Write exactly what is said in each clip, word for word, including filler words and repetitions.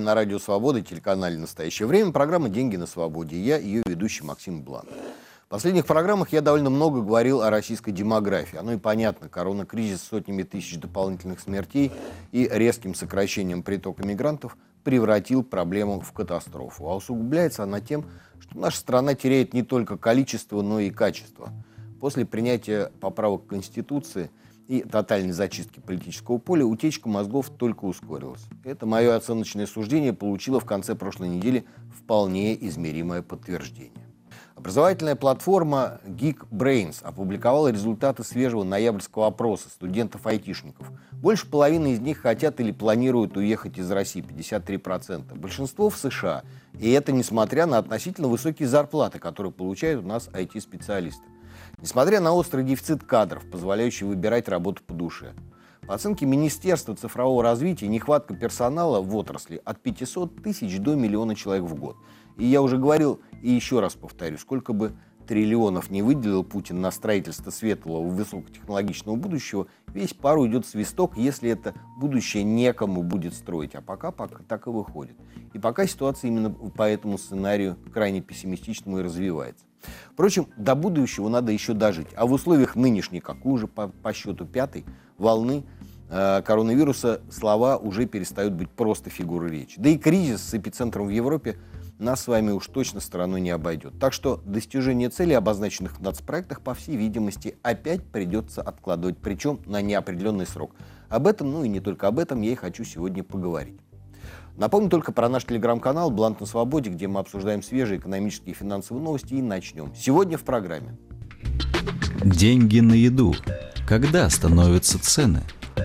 на Радио Свобода, телеканале «Настоящее время». Программа «Деньги на свободе». Я ее ведущий Максим Блан. В последних программах я довольно много говорил о российской демографии. Оно и понятно. Коронакризис с сотнями тысяч дополнительных смертей и резким сокращением притока мигрантов превратил проблему в катастрофу. А усугубляется она тем, что наша страна теряет не только количество, но и качество. После принятия поправок к Конституции и тотальной зачистки политического поля утечка мозгов только ускорилась. Это мое оценочное суждение получило в конце прошлой недели вполне измеримое подтверждение. Образовательная платформа Geekbrains опубликовала результаты свежего ноябрьского опроса студентов-айтишников. Больше половины из них хотят или планируют уехать из России, пятьдесят три процента. Большинство в США. И это несмотря на относительно высокие зарплаты, которые получают у нас ай ти-специалисты. Несмотря на острый дефицит кадров, позволяющий выбирать работу по душе. По оценке Министерства цифрового развития, нехватка персонала в отрасли от пятисот тысяч до миллиона человек в год. И я уже говорил, и еще раз повторю, сколько бы триллионов не выделил Путин на строительство светлого высокотехнологичного будущего, весь пар уйдет в свисток, если это будущее некому будет строить. А пока, пока так и выходит. И пока ситуация именно по этому сценарию крайне пессимистичному и развивается. Впрочем, до будущего надо еще дожить. А в условиях нынешней, какой уже по, по счету пятой волны э, коронавируса, слова уже перестают быть просто фигурой речи. Да и кризис с эпицентром в Европе нас с вами уж точно стороной не обойдет. Так что достижение целей, обозначенных в нацпроектах, по всей видимости, опять придется откладывать, причем на неопределенный срок. Об этом, ну и не только об этом, я и хочу сегодня поговорить. Напомню только про наш телеграм-канал «Блант на свободе», где мы обсуждаем свежие экономические и финансовые новости, и начнем. Сегодня в программе. Деньги на еду. Когда становятся цены?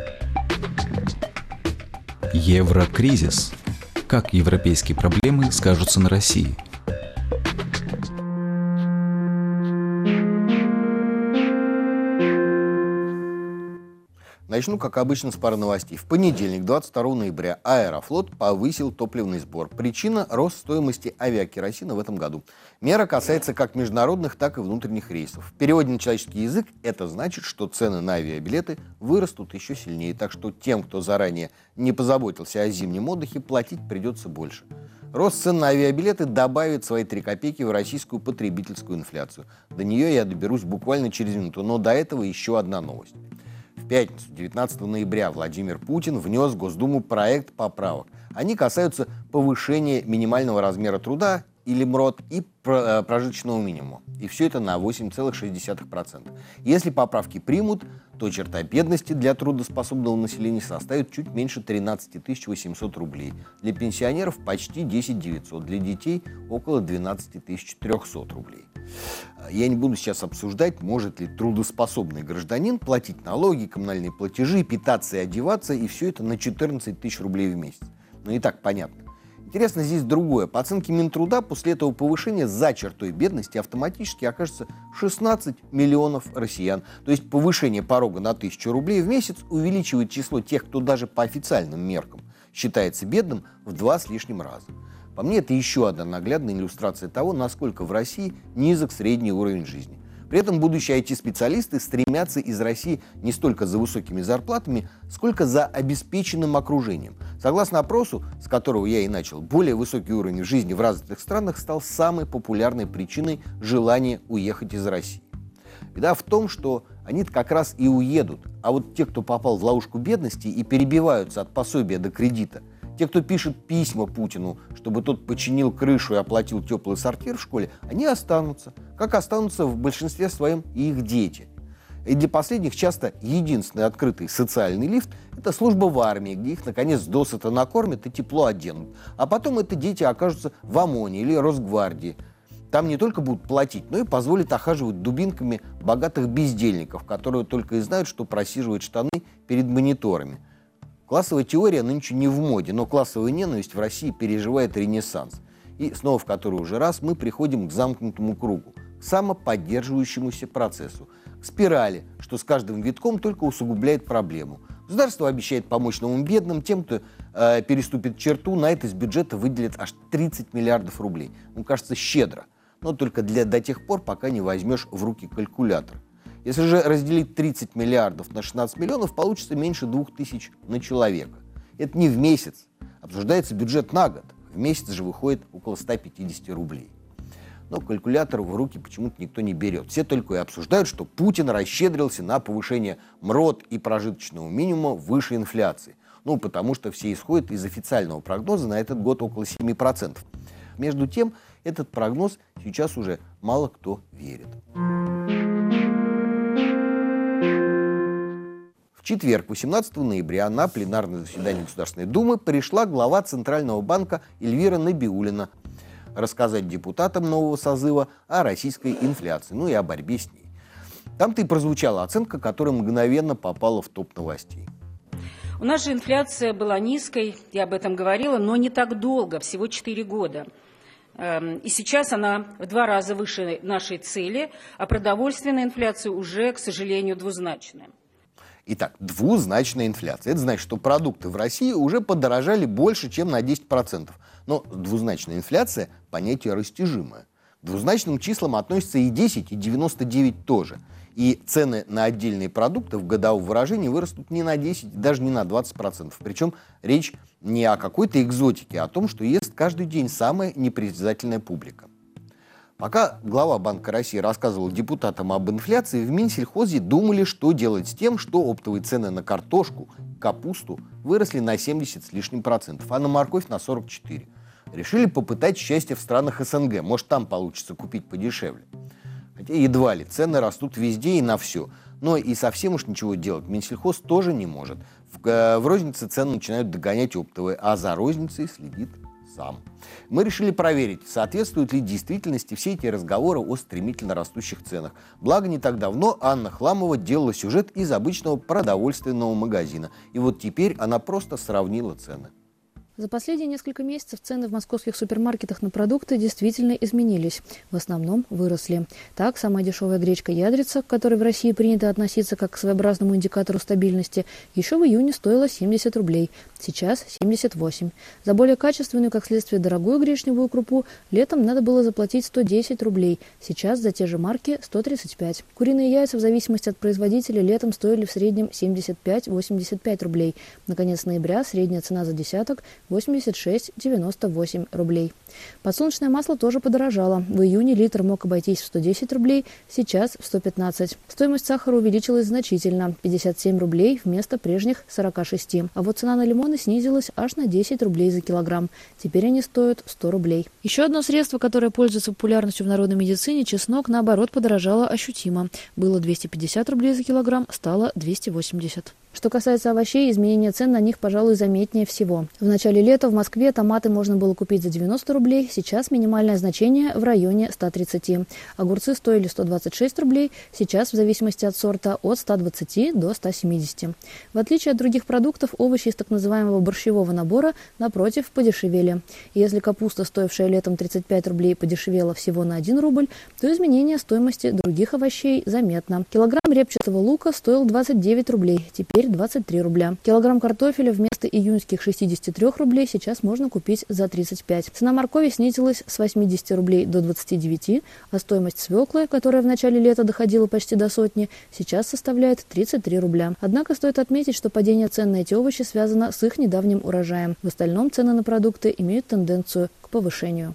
Еврокризис. Как европейские проблемы скажутся на России? Начну, как обычно, с пары новостей. В понедельник, двадцать второго ноября, Аэрофлот повысил топливный сбор. Причина – рост стоимости авиакеросина в этом году. Мера касается как международных, так и внутренних рейсов. В переводе на человеческий язык это значит, что цены на авиабилеты вырастут еще сильнее. Так что тем, кто заранее не позаботился о зимнем отдыхе, платить придется больше. Рост цен на авиабилеты добавит свои три копейки в российскую потребительскую инфляцию. До нее я доберусь буквально через минуту, но до этого еще одна новость. В пятницу, девятнадцатого ноября, Владимир Путин внес в Госдуму проект поправок. Они касаются повышения минимального размера труда, или МРОТ, и прожиточного минимума. И все это на восемь целых шесть десятых процента. Если поправки примут, то черта бедности для трудоспособного населения составит чуть меньше тринадцать тысяч восемьсот рублей. Для пенсионеров почти десять тысяч девятьсот, для детей около двенадцать тысяч триста рублей. Я не буду сейчас обсуждать, может ли трудоспособный гражданин платить налоги, коммунальные платежи, питаться и одеваться, и все это на четырнадцать тысяч рублей в месяц. Но и так понятно. Интересно здесь другое. По оценке Минтруда, после этого повышения за чертой бедности автоматически окажется шестнадцать миллионов россиян. То есть повышение порога на тысячу рублей в месяц увеличивает число тех, кто даже по официальным меркам считается бедным, в два с лишним раза. По мне, это еще одна наглядная иллюстрация того, насколько в России низок средний уровень жизни. При этом будущие ай ти-специалисты стремятся из России не столько за высокими зарплатами, сколько за обеспеченным окружением. Согласно опросу, с которого я и начал, более высокий уровень жизни в развитых странах стал самой популярной причиной желания уехать из России. Беда в том, что они как раз и уедут, а вот те, кто попал в ловушку бедности и перебиваются от пособия до кредита, те, кто пишет письма Путину, чтобы тот починил крышу и оплатил теплый сортир в школе, они останутся, как останутся в большинстве своем и их дети. И для последних часто единственный открытый социальный лифт – это служба в армии, где их, наконец, досыта накормят и тепло оденут. А потом эти дети окажутся в ОМОНе или Росгвардии. Там не только будут платить, но и позволят охаживать дубинками богатых бездельников, которые только и знают, что просиживают штаны перед мониторами. Классовая теория нынче не в моде, но классовая ненависть в России переживает ренессанс. И снова в который уже раз мы приходим к замкнутому кругу, к самоподдерживающемуся процессу, к спирали, что с каждым витком только усугубляет проблему. Государство обещает помочь новым бедным, тем, кто э, переступит черту, на это из бюджета выделит аж тридцать миллиардов рублей. Ну, кажется, щедро, но только для, до тех пор, пока не возьмешь в руки калькулятор. Если же разделить тридцать миллиардов на шестнадцать миллионов, получится меньше двух тысяч на человека. Это не в месяц. Обсуждается бюджет на год. В месяц же выходит около ста пятидесяти рублей. Но калькулятор в руки почему-то никто не берет. Все только и обсуждают, что Путин расщедрился на повышение МРОТ и прожиточного минимума выше инфляции. Ну, потому что все исходят из официального прогноза на этот год около семи процентов. Между тем, этот прогноз сейчас уже мало кто верит. В четверг, восемнадцатого ноября, на пленарное заседание Государственной Думы пришла глава Центрального банка Эльвира Набиуллина рассказать депутатам нового созыва о российской инфляции, ну и о борьбе с ней. Там-то и прозвучала оценка, которая мгновенно попала в топ новостей. У нас же инфляция была низкой, я об этом говорила, но не так долго, всего четыре года. И сейчас она в два раза выше нашей цели, а продовольственная инфляция уже, к сожалению, двузначная. Итак, двузначная инфляция. Это значит, что продукты в России уже подорожали больше, чем на десять процентов. Но двузначная инфляция – понятие растяжимое. К двузначным числам относятся и десять, и девяносто девять тоже. И цены на отдельные продукты в годовом выражении вырастут не на десять, даже не на двадцать процентов. Причем речь не о какой-то экзотике, а о том, что ест каждый день самая непритязательная публика. Пока глава Банка России рассказывал депутатам об инфляции, в Минсельхозе думали, что делать с тем, что оптовые цены на картошку, капусту выросли на семьдесят с лишним процентов, а на морковь на сорок четыре. Решили попытать счастье в странах СНГ, может, там получится купить подешевле. Хотя едва ли, цены растут везде и на все. Но и совсем уж ничего делать Минсельхоз тоже не может. В, в рознице цены начинают догонять оптовые, а за розницей следит сам. Мы решили проверить, соответствуют ли действительности все эти разговоры о стремительно растущих ценах. Благо, не так давно Анна Хламова делала сюжет из обычного продовольственного магазина. И вот теперь она просто сравнила цены. За последние несколько месяцев цены в московских супермаркетах на продукты действительно изменились. В основном выросли. Так, самая дешевая гречка ядрица, к которой в России принято относиться как к своеобразному индикатору стабильности, еще в июне стоила семьдесят рублей. Сейчас семьдесят восемь. За более качественную, как следствие, дорогую гречневую крупу летом надо было заплатить сто десять рублей. Сейчас за те же марки сто тридцать пять. Куриные яйца в зависимости от производителя летом стоили в среднем семьдесят пять - восемьдесят пять рублей. На конец ноября средняя цена за десяток восемьдесят шесть - девяносто восемь рублей. Подсолнечное масло тоже подорожало. В июне литр мог обойтись в сто десять рублей, сейчас в сто пятнадцать. Стоимость сахара увеличилась значительно – пятьдесят семь рублей вместо прежних сорока шести. А вот цена на лимоны снизилась аж на десять рублей за килограмм. Теперь они стоят сто рублей. Еще одно средство, которое пользуется популярностью в народной медицине – чеснок, наоборот, подорожало ощутимо. Было двести пятьдесят рублей за килограмм, стало двести восемьдесят. Что касается овощей, изменение цен на них, пожалуй, заметнее всего. В начале лета в Москве томаты можно было купить за девяносто рублей, сейчас минимальное значение в районе ста тридцати. Огурцы стоили сто двадцать шесть рублей, сейчас в зависимости от сорта от ста двадцати до ста семидесяти. В отличие от других продуктов, овощи из так называемого борщевого набора, напротив, подешевели. И если капуста, стоившая летом тридцать пять рублей, подешевела всего на один рубль, то изменение стоимости других овощей заметно. Килограмм репчатого лука стоил двадцать девять рублей, теперь двадцать три рубля. Килограмм картофеля вместо июньских шестидесяти трёх рублей сейчас можно купить за тридцать пять. Цена моркови снизилась с восьмидесяти рублей до двадцати девяти, а стоимость свеклы, которая в начале лета доходила почти до сотни, сейчас составляет тридцать три рубля. Однако стоит отметить, что падение цен на эти овощи связано с их недавним урожаем. В остальном цены на продукты имеют тенденцию к повышению.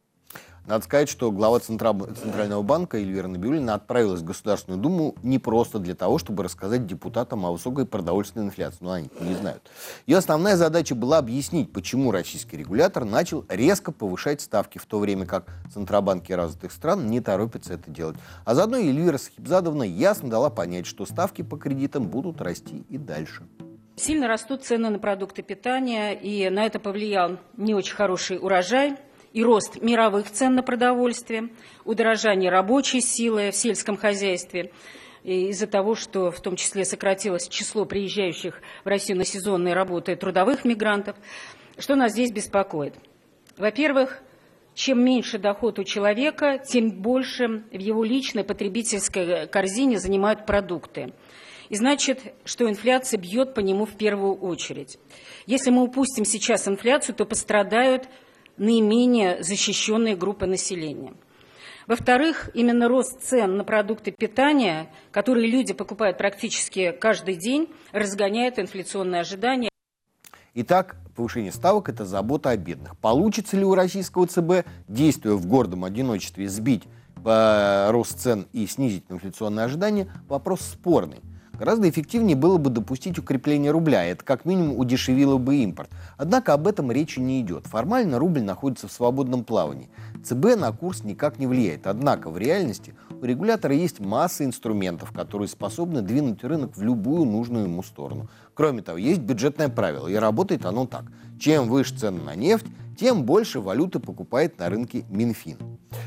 Надо сказать, что глава Центрального банка Эльвира Набиуллина отправилась в Государственную Думу не просто для того, чтобы рассказать депутатам о высокой продовольственной инфляции. Но они не знают. Ее основная задача была объяснить, почему российский регулятор начал резко повышать ставки, в то время как центробанки развитых стран не торопятся это делать. А заодно Эльвира Сахибзадовна ясно дала понять, что ставки по кредитам будут расти и дальше. Сильно растут цены на продукты питания, и на это повлиял не очень хороший урожай и рост мировых цен на продовольствие, удорожание рабочей силы в сельском хозяйстве из-за того, что в том числе сократилось число приезжающих в Россию на сезонные работы трудовых мигрантов. Что нас здесь беспокоит? Во-первых, чем меньше доход у человека, тем больше в его личной потребительской корзине занимают продукты. И значит, что инфляция бьет по нему в первую очередь. Если мы упустим сейчас инфляцию, то пострадают наименее защищенные группы населения. Во-вторых, именно рост цен на продукты питания, которые люди покупают практически каждый день, разгоняет инфляционные ожидания. Итак, повышение ставок – это забота о бедных. Получится ли у российского ЦБ, действуя в гордом одиночестве, сбить э, рост цен и снизить инфляционные ожидания – вопрос спорный. Гораздо эффективнее было бы допустить укрепление рубля, это как минимум удешевило бы импорт. Однако об этом речи не идет. Формально рубль находится в свободном плавании. ЦБ на курс никак не влияет. Однако в реальности у регулятора есть масса инструментов, которые способны двинуть рынок в любую нужную ему сторону. Кроме того, есть бюджетное правило, и работает оно так. Чем выше цены на нефть, тем больше валюты покупает на рынке Минфин.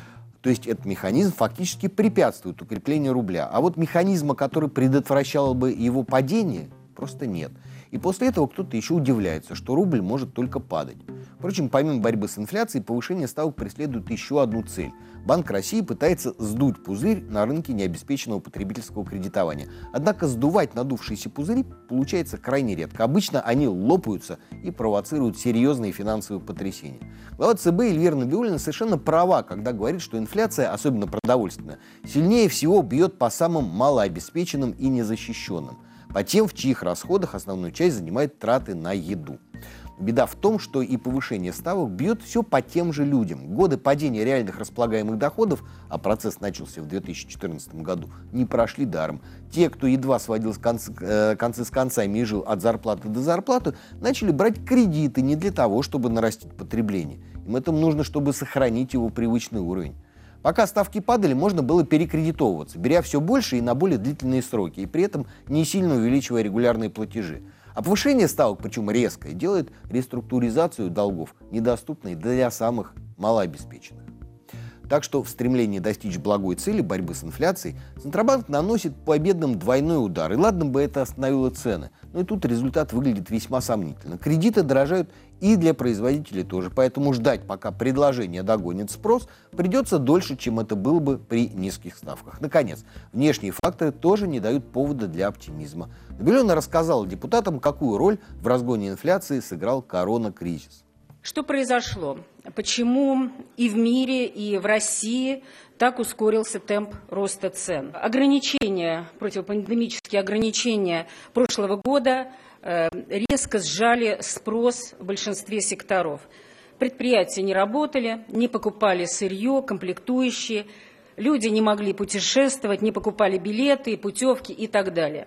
То есть этот механизм фактически препятствует укреплению рубля. А вот механизма, который предотвращал бы его падение, просто нет. И после этого кто-то еще удивляется, что рубль может только падать. Впрочем, помимо борьбы с инфляцией, повышение ставок преследует еще одну цель. Банк России пытается сдуть пузырь на рынке необеспеченного потребительского кредитования. Однако сдувать надувшиеся пузыри получается крайне редко. Обычно они лопаются и провоцируют серьезные финансовые потрясения. Глава ЦБ Эльвира Набиуллина совершенно права, когда говорит, что инфляция, особенно продовольственная, сильнее всего бьет по самым малообеспеченным и незащищенным, по тем, в чьих расходах основную часть занимают траты на еду. Беда в том, что и повышение ставок бьет все по тем же людям. Годы падения реальных располагаемых доходов, а процесс начался в две тысячи четырнадцатом году, не прошли даром. Те, кто едва сводил концы, э, концы с концами и жил от зарплаты до зарплаты, начали брать кредиты не для того, чтобы нарастить потребление. Им это нужно, чтобы сохранить его привычный уровень. Пока ставки падали, можно было перекредитовываться, беря все больше и на более длительные сроки, и при этом не сильно увеличивая регулярные платежи. А повышение ставок, причем резкое, делает реструктуризацию долгов недоступной для самых малообеспеченных. Так что в стремлении достичь благой цели борьбы с инфляцией Центробанк наносит по бедным двойной удар. И ладно бы это остановило цены, но и тут результат выглядит весьма сомнительно. Кредиты дорожают и для производителей тоже, поэтому ждать, пока предложение догонит спрос, придется дольше, чем это было бы при низких ставках. Наконец, внешние факторы тоже не дают повода для оптимизма. Набиуллина рассказала депутатам, какую роль в разгоне инфляции сыграл коронакризис. Что произошло? Почему и в мире, и в России так ускорился темп роста цен? Ограничения, противопандемические ограничения прошлого года э, резко сжали спрос в большинстве секторов. Предприятия не работали, не покупали сырье, комплектующие, люди не могли путешествовать, не покупали билеты, путевки и так далее.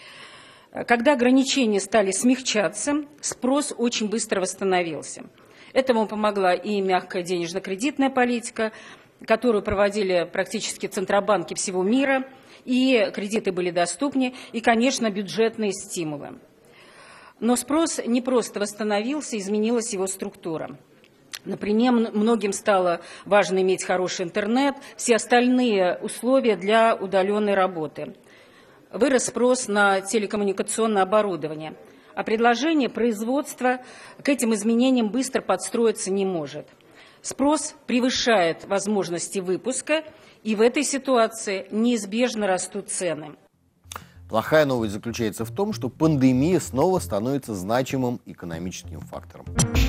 Когда ограничения стали смягчаться, спрос очень быстро восстановился. Этому помогла и мягкая денежно-кредитная политика, которую проводили практически центробанки всего мира, и кредиты были доступнее, и, конечно, бюджетные стимулы. Но спрос не просто восстановился, изменилась его структура. Например, многим стало важно иметь хороший интернет, все остальные условия для удаленной работы. Вырос спрос на телекоммуникационное оборудование, а предложение производства к этим изменениям быстро подстроиться не может. Спрос превышает возможности выпуска, и в этой ситуации неизбежно растут цены. Плохая новость заключается в том, что пандемия снова становится значимым экономическим фактором.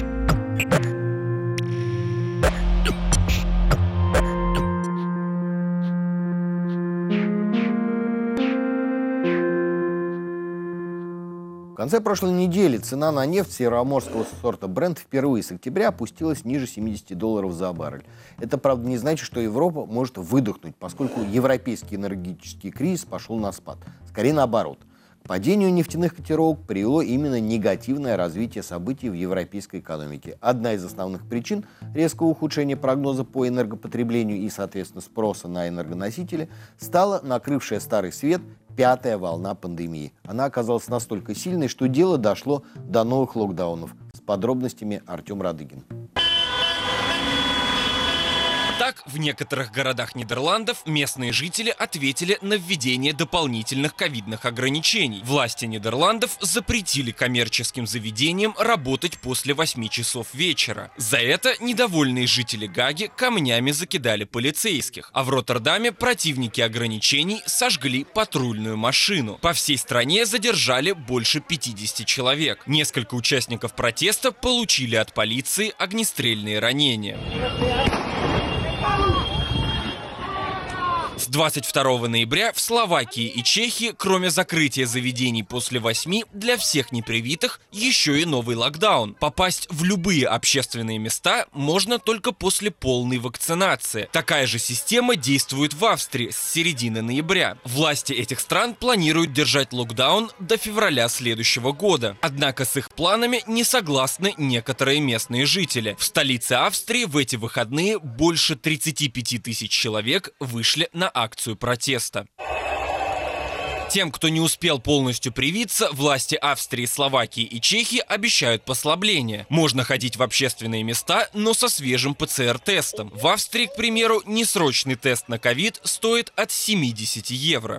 В конце прошлой недели цена на нефть североморского сорта Brent впервые с октября опустилась ниже семидесяти долларов за баррель. Это, правда, не значит, что Европа может выдохнуть, поскольку европейский энергетический кризис пошел на спад. Скорее наоборот. К падению нефтяных котировок привело именно негативное развитие событий в европейской экономике. Одна из основных причин резкого ухудшения прогноза по энергопотреблению и, соответственно, спроса на энергоносители стала накрывшая Старый Свет пятая волна пандемии. Она оказалась настолько сильной, что дело дошло до новых локдаунов. С подробностями Артем Радыгин. Так, в некоторых городах Нидерландов местные жители ответили на введение дополнительных ковидных ограничений. Власти Нидерландов запретили коммерческим заведениям работать после восьми часов вечера. За это недовольные жители Гаги камнями закидали полицейских. А в Роттердаме противники ограничений сожгли патрульную машину. По всей стране задержали больше пятидесяти человек. Несколько участников протеста получили от полиции огнестрельные ранения. С двадцать второго ноября в Словакии и Чехии, кроме закрытия заведений после восьми, для всех непривитых еще и новый локдаун. Попасть в любые общественные места можно только после полной вакцинации. Такая же система действует в Австрии с середины ноября. Власти этих стран планируют держать локдаун до февраля следующего года. Однако с их планами не согласны некоторые местные жители. В столице Австрии в эти выходные больше тридцати пяти тысяч человек вышли на акцию протеста. Тем, кто не успел полностью привиться, власти Австрии, Словакии и Чехии обещают послабление. Можно ходить в общественные места, но со свежим ПЦР-тестом. В Австрии, к примеру, несрочный тест на ковид стоит от семидесяти евро.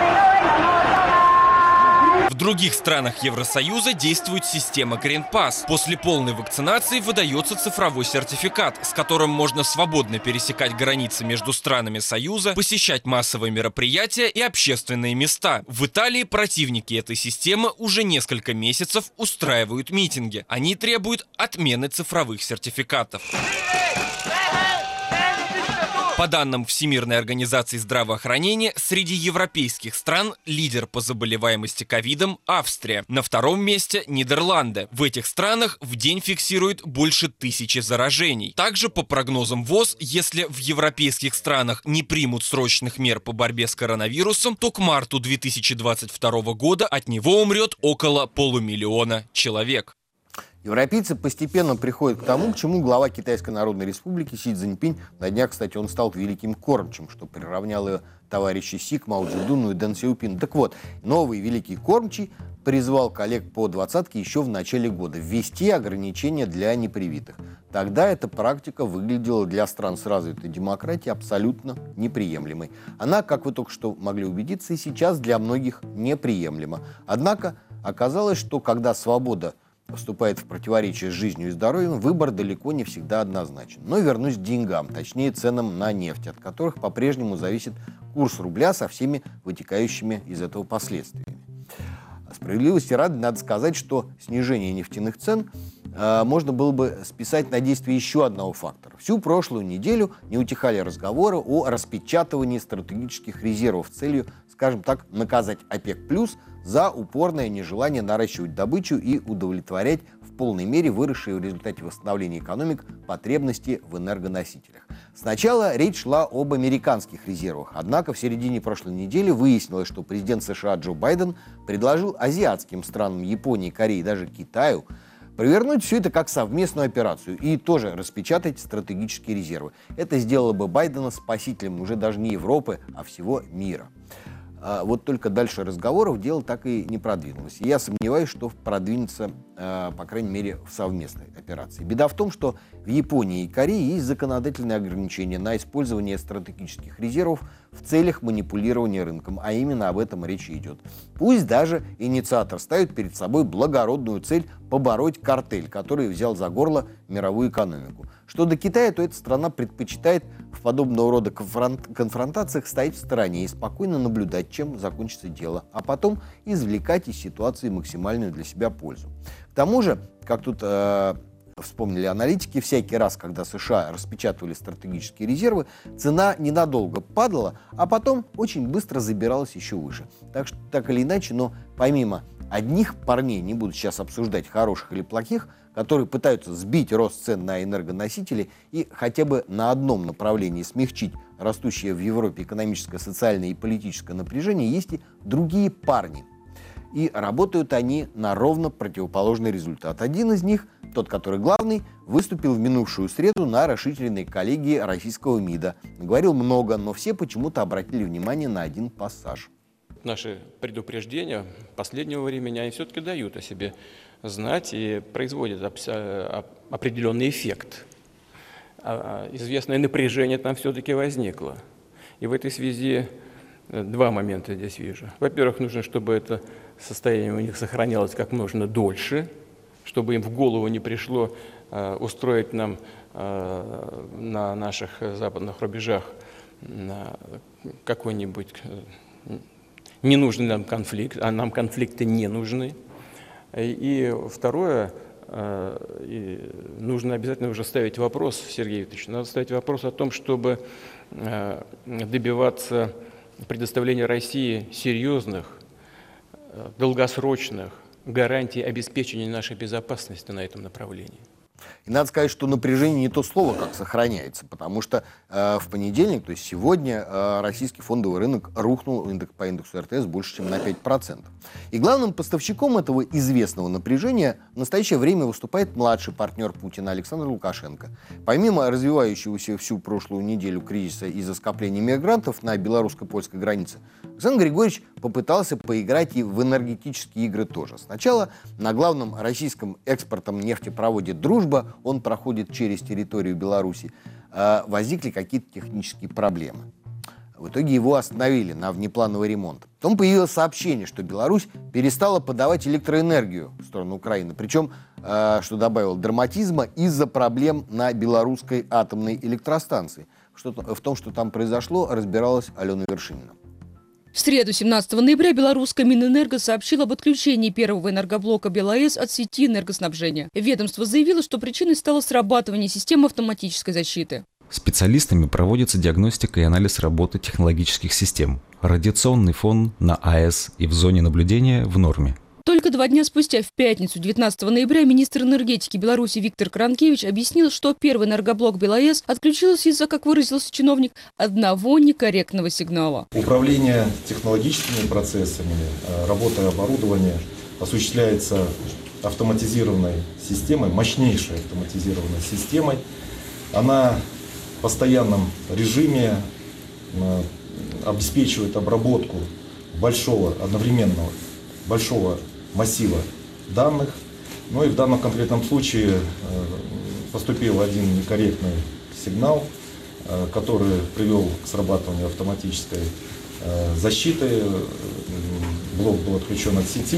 В других странах Евросоюза действует система Green Pass. После полной вакцинации выдается цифровой сертификат, с которым можно свободно пересекать границы между странами Союза, посещать массовые мероприятия и общественные места. В Италии противники этой системы уже несколько месяцев устраивают митинги. Они требуют отмены цифровых сертификатов. По данным Всемирной организации здравоохранения, среди европейских стран лидер по заболеваемости ковидом – Австрия. На втором месте – Нидерланды. В этих странах в день фиксируют больше тысячи заражений. Также, по прогнозам ВОЗ, если в европейских странах не примут срочных мер по борьбе с коронавирусом, то к марту две тысячи двадцать второго года от него умрет около полумиллиона человек. Европейцы постепенно приходят к тому, к чему глава Китайской Народной Республики Си Цзиньпинь, на днях, кстати, он стал великим кормчим, что приравнял ее товарищи Си к Мао Цзэдуну и Дэн Сяопину. Так вот, новый великий кормчий призвал коллег по двадцатке еще в начале года ввести ограничения для непривитых. Тогда эта практика выглядела для стран с развитой демократией абсолютно неприемлемой. Она, как вы только что могли убедиться, и сейчас для многих неприемлема. Однако оказалось, что когда свобода вступает в противоречие с жизнью и здоровьем, выбор далеко не всегда однозначен. Но вернусь к деньгам, точнее ценам на нефть, от которых по-прежнему зависит курс рубля со всеми вытекающими из этого последствиями. Справедливости ради надо сказать, что снижение нефтяных цен э, можно было бы списать на действие еще одного фактора. Всю прошлую неделю не утихали разговоры о распечатывании стратегических резервов с целью, скажем так, наказать ОПЕК+ за упорное нежелание наращивать добычу и удовлетворять в полной мере выросшие в результате восстановления экономик потребности в энергоносителях. Сначала речь шла об американских резервах, однако в середине прошлой недели выяснилось, что президент США Джо Байден предложил азиатским странам Японии, Корее и даже Китаю провернуть все это как совместную операцию и тоже распечатать стратегические резервы. Это сделало бы Байдена спасителем уже даже не Европы, а всего мира. Вот только дальше разговоров дело так и не продвинулось. И я сомневаюсь, что продвинется, по крайней мере, в совместной операции. Беда в том, что в Японии и Корее есть законодательные ограничения на использование стратегических резервов в целях манипулирования рынком, а именно об этом речь идет. Пусть даже инициатор ставит перед собой благородную цель побороть картель, который взял за горло мировую экономику. Что до Китая, то эта страна предпочитает в подобного рода конфронтациях стоять в стороне и спокойно наблюдать, чем закончится дело, а потом извлекать из ситуации максимальную для себя пользу. К тому же, как тут э, вспомнили аналитики, всякий раз, когда США распечатывали стратегические резервы, цена ненадолго падала, а потом очень быстро забиралась еще выше. Так что, так или иначе, но помимо одних парней, не буду сейчас обсуждать, хороших или плохих, которые пытаются сбить рост цен на энергоносители и хотя бы на одном направлении смягчить растущее в Европе экономическое, социальное и политическое напряжение, есть и другие парни. И работают они на ровно противоположный результат. Один из них, тот, который главный, выступил в минувшую среду на расширенной коллегии российского МИДа. Говорил много, но все почему-то обратили внимание на один пассаж. Наши предупреждения последнего времени, они все-таки дают о себе знать и производят определенный эффект. Известное напряжение там все-таки возникло. И в этой связи два момента здесь вижу. Во-первых, нужно, чтобы это состояние у них сохранялось как можно дольше, чтобы им в голову не пришло устроить нам на наших западных рубежах какой-нибудь ненужный нам конфликт, а нам конфликты не нужны. И второе, И нужно обязательно уже ставить вопрос, Сергей Викторович, надо ставить вопрос о том, чтобы добиваться предоставления России серьезных, долгосрочных гарантий обеспечения нашей безопасности на этом направлении. И надо сказать, что напряжение не то слово, как сохраняется, потому что э, в понедельник, то есть сегодня, э, российский фондовый рынок рухнул индекс, по индексу эр тэ эс больше, чем на пять процентов. И главным поставщиком этого известного напряжения в настоящее время выступает младший партнер Путина Александр Лукашенко. Помимо развивающегося всю прошлую неделю кризиса из-за скопления мигрантов на белорусско-польской границе, Александр Григорьевич попытался поиграть и в энергетические игры тоже. Сначала на главном российском экспортном нефтепроводе «Дружба», он проходит через территорию Беларуси, возникли какие-то технические проблемы. В итоге его остановили на внеплановый ремонт. Потом появилось сообщение, что Беларусь перестала подавать электроэнергию в сторону Украины. Причем, что добавило драматизма, из-за проблем на белорусской атомной электростанции. Что в том, что там произошло, разбиралась Алена Вершинина. В среду, семнадцатого ноября, белорусская Минэнерго сообщила об отключении первого энергоблока БелАЭС от сети энергоснабжения. Ведомство заявило, что причиной стало срабатывание системы автоматической защиты. Специалистами проводится диагностика и анализ работы технологических систем. Радиационный фон на АЭС и в зоне наблюдения в норме. Только два дня спустя, в пятницу, девятнадцатого ноября, министр энергетики Беларуси Виктор Кранкевич объяснил, что первый энергоблок БелАЭС отключился из-за, как выразился чиновник, одного некорректного сигнала. Управление технологическими процессами, работа оборудования осуществляется автоматизированной системой, мощнейшей автоматизированной системой. Она в постоянном режиме обеспечивает обработку большого, одновременного, большого массива данных. Ну и в данном конкретном случае поступил один некорректный сигнал, который привел к срабатыванию автоматической защиты. Блок был отключен от сети.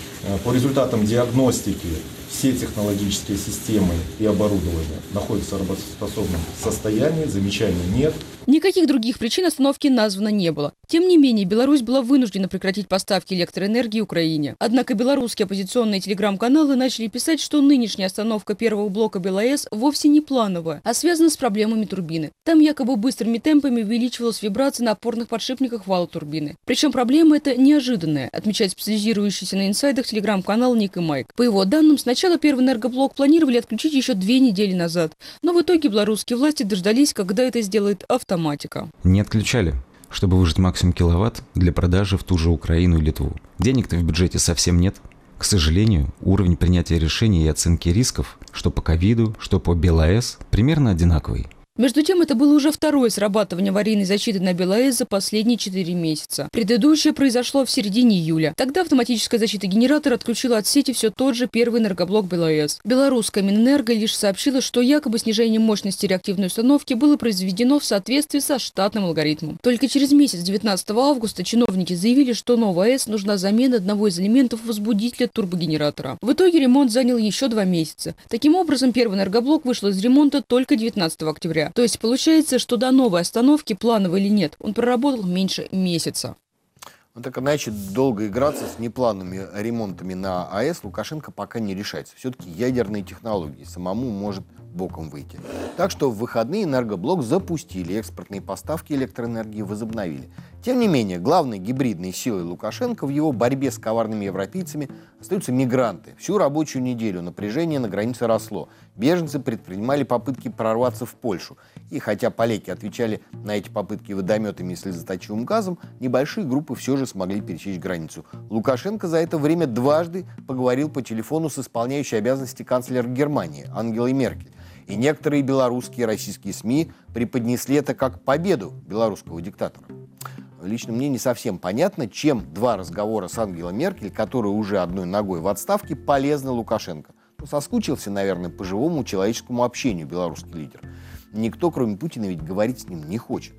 По результатам диагностики все технологические системы и оборудование находятся в работоспособном состоянии, замечаний нет. Никаких других причин остановки названо не было. Тем не менее, Беларусь была вынуждена прекратить поставки электроэнергии Украине. Однако белорусские оппозиционные телеграм-каналы начали писать, что нынешняя остановка первого блока БелАЭС вовсе не плановая, а связана с проблемами турбины. Там якобы быстрыми темпами увеличивалась вибрация на опорных подшипниках вала турбины. Причем проблема эта неожиданная, отмечает специализирующийся на инсайдах телеграм-канал Ник и Майк. По его данным, сначала первый энергоблок планировали отключить еще две недели назад. Но в итоге белорусские власти дождались, когда это сделает автоматика. Не отключали, чтобы выжать максимум киловатт для продажи в ту же Украину и Литву. Денег-то в бюджете совсем нет. К сожалению, уровень принятия решений и оценки рисков, что по ковиду, что по БелАЭС, примерно одинаковый. Между тем, это было уже второе срабатывание аварийной защиты на БелАЭС за последние четыре месяца. Предыдущее произошло в середине июля. Тогда автоматическая защита генератора отключила от сети все тот же первый энергоблок БелАЭС. Белорусская Минэнерго лишь сообщила, что якобы снижение мощности реактивной установки было произведено в соответствии со штатным алгоритмом. Только через месяц, девятнадцатого августа, чиновники заявили, что новой АЭС нужна замена одного из элементов возбудителя турбогенератора. В итоге ремонт занял еще два месяца. Таким образом, первый энергоблок вышел из ремонта только девятнадцатого октября. То есть получается, что до новой остановки, плановой или нет, он проработал меньше месяца. Ну, так иначе долго играться с неплановыми ремонтами на АЭС Лукашенко пока не решается. Все-таки ядерные технологии, самому может боком выйти. Так что в выходные энергоблок запустили, экспортные поставки электроэнергии возобновили. Тем не менее, главной гибридной силой Лукашенко в его борьбе с коварными европейцами остаются мигранты. Всю рабочую неделю напряжение на границе росло. Беженцы предпринимали попытки прорваться в Польшу. И хотя поляки отвечали на эти попытки водометами и слезоточивым газом, небольшие группы все же смогли пересечь границу. Лукашенко за это время дважды поговорил по телефону с исполняющей обязанности канцлера Германии Ангелой Меркель. И некоторые белорусские и российские СМИ преподнесли это как победу белорусского диктатора. Лично мне не совсем понятно, чем два разговора с Ангелой Меркель, которая уже одной ногой в отставке, полезны Лукашенко. Ну, соскучился, наверное, по живому человеческому общению белорусский лидер. Никто, кроме Путина, ведь говорить с ним не хочет.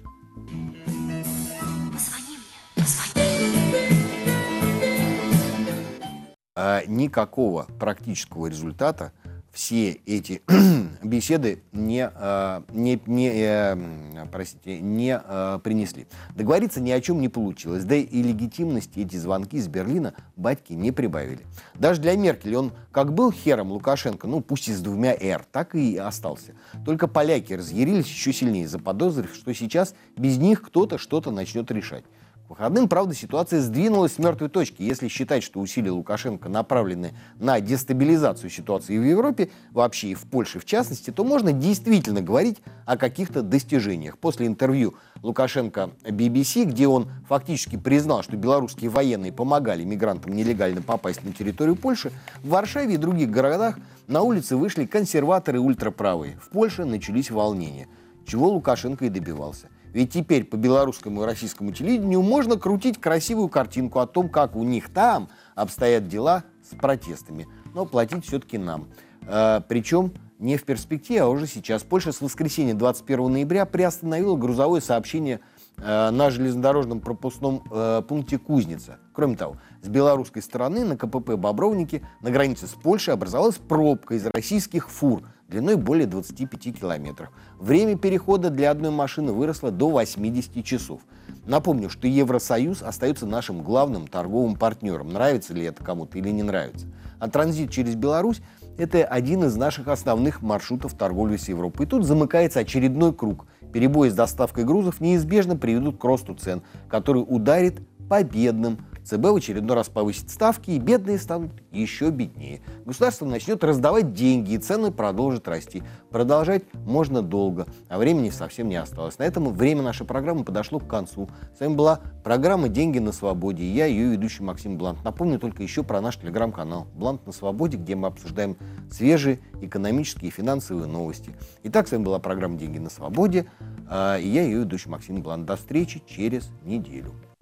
А никакого практического результата все эти беседы не, не, не, простите, не принесли. Договориться ни о чем не получилось, да и легитимности эти звонки из Берлина батьки не прибавили. Даже для Меркель он как был хером Лукашенко, ну пусть и с двумя «р», так и остался. Только поляки разъярились еще сильнее, заподозрив, что сейчас без них кто-то что-то начнет решать. К выходным, правда, ситуация сдвинулась с мертвой точки. Если считать, что усилия Лукашенко направлены на дестабилизацию ситуации в Европе, вообще и в Польше в частности, то можно действительно говорить о каких-то достижениях. После интервью Лукашенко би би си, где он фактически признал, что белорусские военные помогали мигрантам нелегально попасть на территорию Польши, в Варшаве и других городах на улицы вышли консерваторы и ультраправые. В Польше начались волнения, чего Лукашенко и добивался. Ведь теперь по белорусскому и российскому телевидению можно крутить красивую картинку о том, как у них там обстоят дела с протестами. Но платить все-таки нам. Э, причем не в перспективе, а уже сейчас. Польша с воскресенья двадцать первого ноября приостановила грузовое сообщение э, на железнодорожном пропускном э, пункте Кузница. Кроме того, с белорусской стороны на ка пэ пэ «Бобровники» на границе с Польшей образовалась пробка из российских фур длиной более двадцати пяти километров. Время перехода для одной машины выросло до восьмидесяти часов. Напомню, что Евросоюз остается нашим главным торговым партнером. Нравится ли это кому-то или не нравится. А транзит через Беларусь – это один из наших основных маршрутов торговли с Европой. И тут замыкается очередной круг. Перебои с доставкой грузов неизбежно приведут к росту цен, который ударит по бедным. цэ бэ в очередной раз повысит ставки, и бедные станут еще беднее. Государство начнет раздавать деньги, и цены продолжат расти. Продолжать можно долго, а времени совсем не осталось. На этом время нашей программы подошло к концу. С вами была программа «Деньги на свободе», и я, ее ведущий Максим Блант. Напомню только еще про наш телеграм-канал «Блант на свободе», где мы обсуждаем свежие экономические и финансовые новости. Итак, с вами была программа «Деньги на свободе», и я, ее ведущий Максим Блант. До встречи через неделю.